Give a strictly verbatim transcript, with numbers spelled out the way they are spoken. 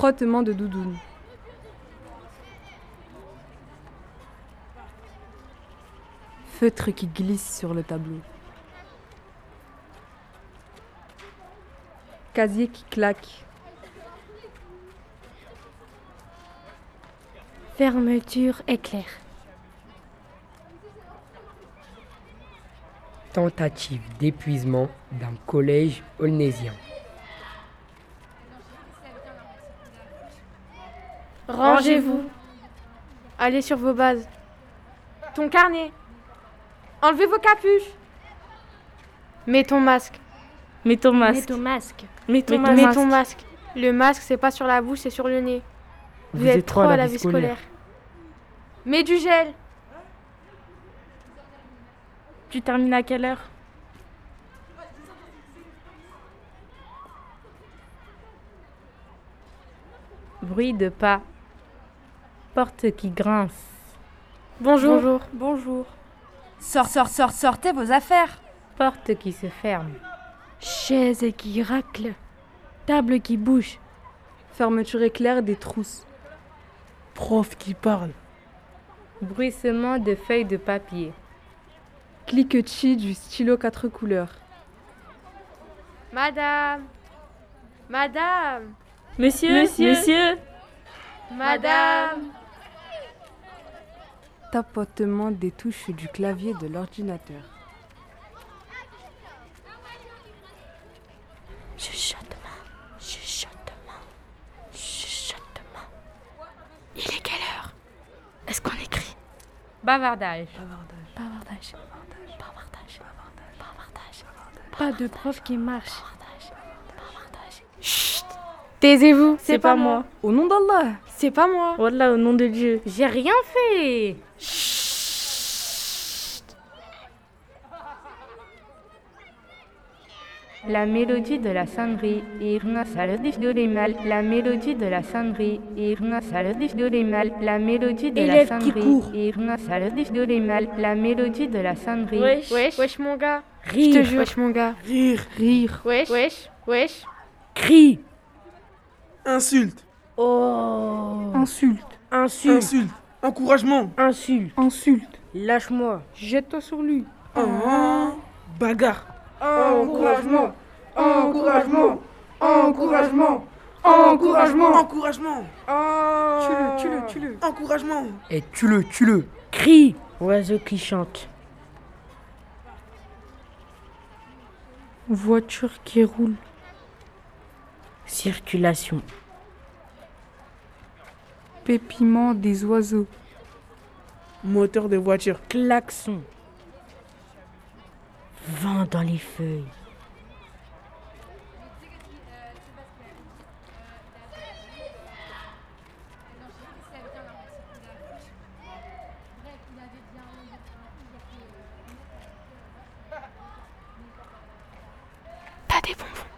Frottement de doudoune. Feutre qui glisse sur le tableau. Casier qui claque. Fermeture éclair. Tentative d'épuisement d'un collège aulnésien. Rangez-vous. Allez sur vos bases. Ton carnet. Enlevez vos capuches. Mets ton masque. Mets ton masque. Mets ton masque. Mets ton Mets masque. ton masque. Le masque, c'est pas sur la bouche, c'est sur le nez. Vous, Vous êtes, êtes trop à la vie scolaire. Mets du gel. Tu termines à quelle heure? Bruit de pas. Porte qui grince. Bonjour. Bonjour. Bonjour. Sort, sort, sort, sortez vos affaires. Porte qui se ferme. Chaise qui racle. Table qui bouge. Fermeture éclair des trousses. Prof qui parle. Bruissement de feuilles de papier. Cliquetis du stylo quatre couleurs. Madame. Madame. Monsieur, monsieur, monsieur. Madame. Tapotement des touches du clavier de l'ordinateur. Chuchotement, chuchotement, chuchotement. Il est quelle heure? Est-ce qu'on écrit? Bavardage. Bavardage. Bavardage. Bavardage. Pas de prof qui marche. Chut. Taisez-vous. C'est pas moi. Au nom d'Allah. C'est pas moi. Wallah, au nom de Dieu. J'ai rien fait. La mélodie de la sonnerie, Irna Saladif Dolemal, la mélodie de la sonnerie, Irna Saladif Dolemal, la mélodie de la Élève qui sonnerie, court. Irna Saladif Dolemal, la mélodie de la sonnerie. Wesh, wesh, wesh mon gars. Rire. Je te jure. Wesh mon gars. Rire. Rire. Wesh, wesh, wesh. Crie. Insulte. Oh. Insulte. Insulte. Insulte. Encouragement. Insulte. Insulte. Lâche-moi. Jette-toi sur lui. Ah. Bagarre. Encouragement. Encouragement. Encouragement. Encouragement. Encouragement. Tue-le, tue-le, tue-le. Encouragement. Et tue-le, tue-le. Crie. Oiseau qui chante. Voiture qui roule. Circulation. Pépiment des oiseaux. Moteur de voiture. Klaxon. Vent dans les feuilles. T'as des bonbons.